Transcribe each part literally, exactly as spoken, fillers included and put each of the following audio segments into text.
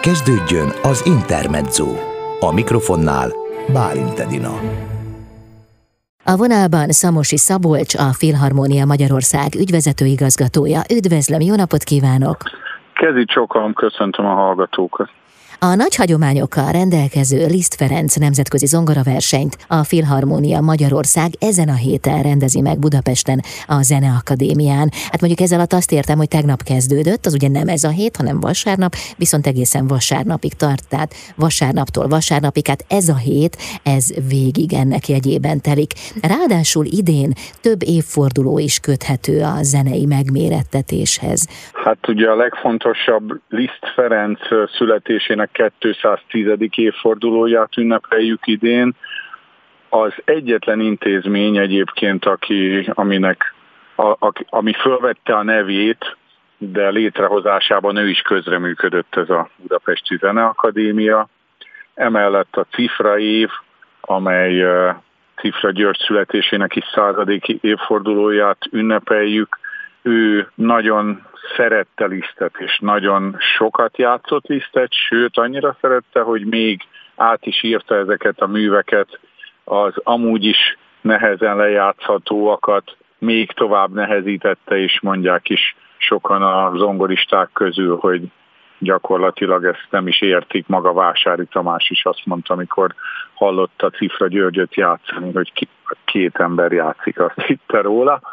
Kezdődjön az Intermezzo. A mikrofonnál Bálint Edina. A vonalban Szamosi Szabolcs, a Filharmónia Magyarország ügyvezető igazgatója. Üdvözlöm, jó napot kívánok! Kezi csokolom, köszöntöm a hallgatókat! A nagy hagyományokkal rendelkező Liszt Ferenc nemzetközi zongoraversenyt a Filharmónia Magyarország ezen a héten rendezi meg Budapesten a Zeneakadémián. Hát mondjuk ezzel alatt azt értem, hogy tegnap kezdődött, az ugye nem ez a hét, hanem vasárnap, viszont egészen vasárnapig tart, tehát vasárnaptól vasárnapig, hát ez a hét, ez végig ennek jegyében telik. Ráadásul idén több évforduló is köthető a zenei megmérettetéshez. Hát ugye a legfontosabb Liszt Ferenc születésének kétszáztízedik évfordulóját ünnepeljük idén. Az egyetlen intézmény egyébként, aki, aminek, a, a, ami fölvette a nevét, de létrehozásában ő is közreműködött, ez a Budapesti Zeneakadémia. Emellett a Cifra év, amely uh, Cifra György születésének is századik évfordulóját ünnepeljük. Ő nagyon szerette Lisztet, és nagyon sokat játszott Lisztet, sőt annyira szerette, hogy még át is írta ezeket a műveket, az amúgy is nehezen lejátszhatóakat még tovább nehezítette, és mondják is sokan a zongoristák közül, hogy gyakorlatilag ezt nem is értik. Maga Vásári Tamás is azt mondta, amikor hallotta Cifra Györgyöt játszani, hogy két ember játszik, azt hitte róla.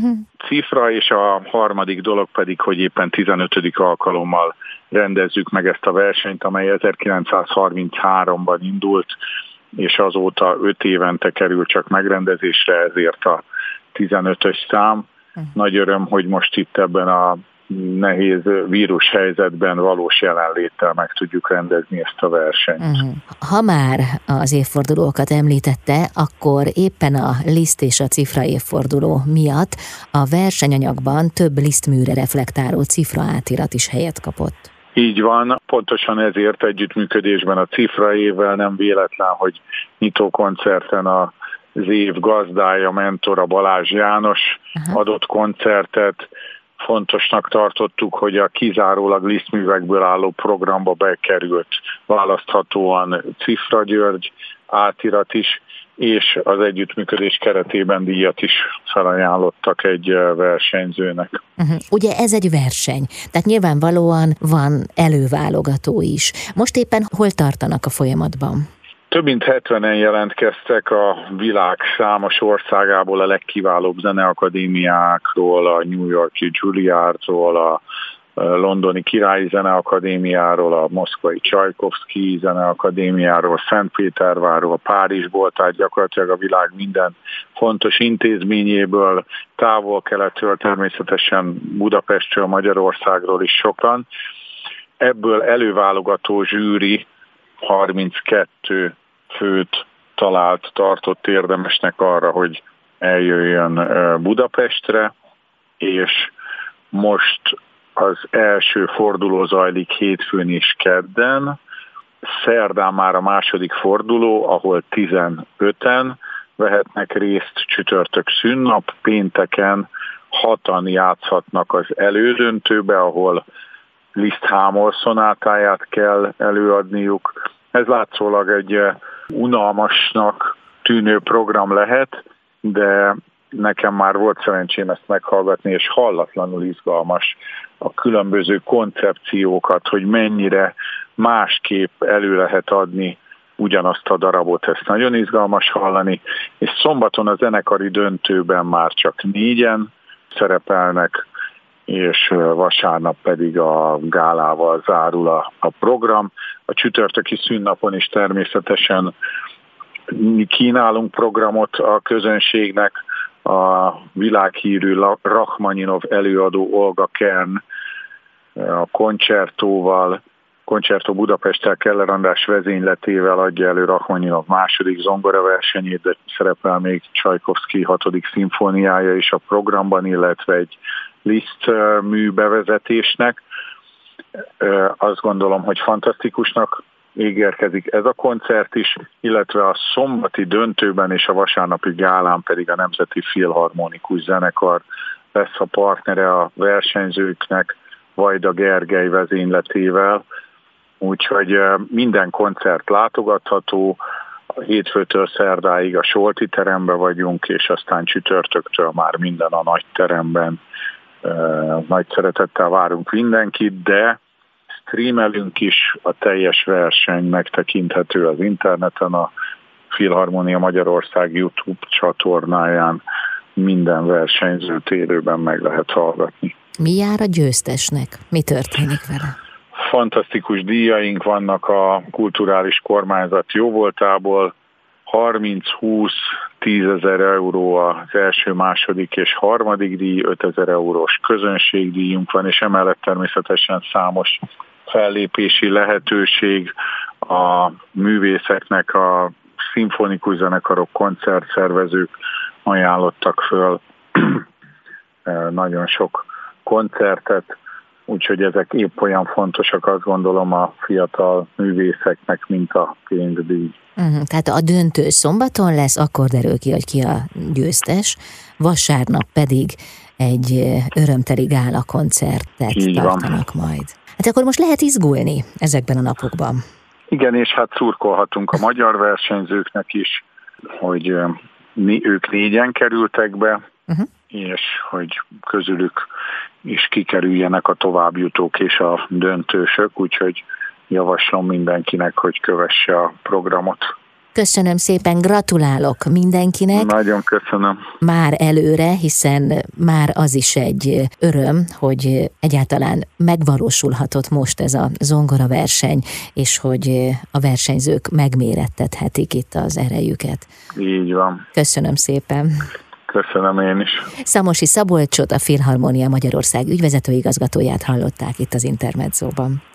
Cifra, és a harmadik dolog pedig, hogy éppen tizenötödik alkalommal rendezzük meg ezt a versenyt, amely ezerkilencszázharminchárom-ban indult, és azóta öt évente kerül csak megrendezésre, ezért a tizenötös szám. Nagy öröm, hogy most itt ebben a nehéz vírushelyzetben valós jelenléttel meg tudjuk rendezni ezt a versenyt. Ha már az évfordulókat említette, akkor éppen a Liszt és a Cifra évforduló miatt a versenyanyagban több Liszt műre reflektáló cifra átirat is helyet kapott. Így van, pontosan ezért együttműködésben a Cifra évvel nem véletlen, hogy nyitókoncerten az év gazdája, mentora Balázs János Aha. adott koncertet. Fontosnak tartottuk, hogy a kizárólag Liszt-művekből álló programba bekerült választhatóan Cifra György átirat is, és az együttműködés keretében díjat is felajánlottak egy versenyzőnek. Uh-huh. Ugye ez egy verseny, tehát nyilvánvalóan van előválogató is. Most éppen hol tartanak a folyamatban? Több mint hetvenen jelentkeztek a világ számos országából, a legkiválóbb zeneakadémiákról, a New York-i Juilliardról, a londoni Királyi Zeneakadémiáról, a moszkvai Csajkovszky Zeneakadémiáról, Szentpétervárról, Párizsból, tehát gyakorlatilag a világ minden fontos intézményéből, távol-keletről, természetesen Budapestről, Magyarországról is sokan. Ebből előválogató zsűri harminckettő főt talált, tartott érdemesnek arra, hogy eljöjjön Budapestre, és most az első forduló zajlik hétfőn és kedden, szerdán már a második forduló, ahol tizenöten vehetnek részt, csütörtök szünnap, pénteken hatan játszhatnak az elődöntőbe, ahol Liszt Hámol szonátáját kell előadniuk. Ez látszólag egy unalmasnak tűnő program lehet, de nekem már volt szerencsém ezt meghallgatni, és hallatlanul izgalmas a különböző koncepciókat, hogy mennyire másképp elő lehet adni ugyanazt a darabot, ezt nagyon izgalmas hallani, és szombaton a zenekari döntőben már csak négyen szerepelnek, és vasárnap pedig a gálával zárul a, a program. A csütörtöki szünnapon is természetesen kínálunk programot a közönségnek, a világhírű Rachmaninov előadó Olga Kern a koncertóval, Koncertó Budapesttel Keller András vezényletével adja elő Rachmaninov második zongoraversenyét, de szerepel még Csajkovszky hatodik szimfóniája is a programban, illetve egy Liszt mű bevezetésnek. Azt gondolom, hogy fantasztikusnak ígérkezik ez a koncert is, illetve a szombati döntőben és a vasárnapi gálán pedig a Nemzeti Filharmonikus Zenekar lesz a partnere a versenyzőknek, Vajda Gergely vezényletével, úgyhogy minden koncert látogatható, hétfőtől szerdáig a Solti teremben vagyunk, és aztán csütörtöktől már minden a nagy teremben. Nagy szeretettel várunk mindenkit, de streamelünk is, a teljes verseny megtekinthető az interneten, a Filharmonia Magyarország YouTube csatornáján, minden versenyzőt élőben meg lehet hallgatni. Mi jár a győztesnek? Mi történik vele? Fantasztikus díjaink vannak a kulturális kormányzat jóvoltából, harminc, húsz, tízezer euró az első, második és harmadik díj, ötezer eurós közönségdíjunk van, és emellett természetesen számos fellépési lehetőség a művészeknek, a szimfonikus zenekarok, koncertszervezők ajánlottak föl nagyon sok koncertet, úgyhogy ezek épp olyan fontosak, azt gondolom, a fiatal művészeknek, mint a pénzdíj. Uh-huh. Tehát a döntő szombaton lesz, akkor derül ki, hogy ki a győztes, vasárnap pedig egy örömteli gála koncertet Így tartanak van. Majd. Hát akkor most lehet izgulni ezekben a napokban. Igen, és hát szurkolhatunk a magyar versenyzőknek is, hogy mi, ők négyen kerültek be, uh-huh. és hogy közülük is kikerüljenek a továbbjutók és a döntősök, úgyhogy javaslom mindenkinek, hogy kövesse a programot. Köszönöm szépen, gratulálok mindenkinek. Nagyon köszönöm. Már előre, hiszen már az is egy öröm, hogy egyáltalán megvalósulhatott most ez a zongoraverseny, és hogy a versenyzők megmérettethetik itt az erejüket. Így van. Köszönöm szépen. Köszönöm én is. Szamosi Szabolcsot, a Filharmonia Magyarország ügyvezető igazgatóját hallották itt az Intermedzóban.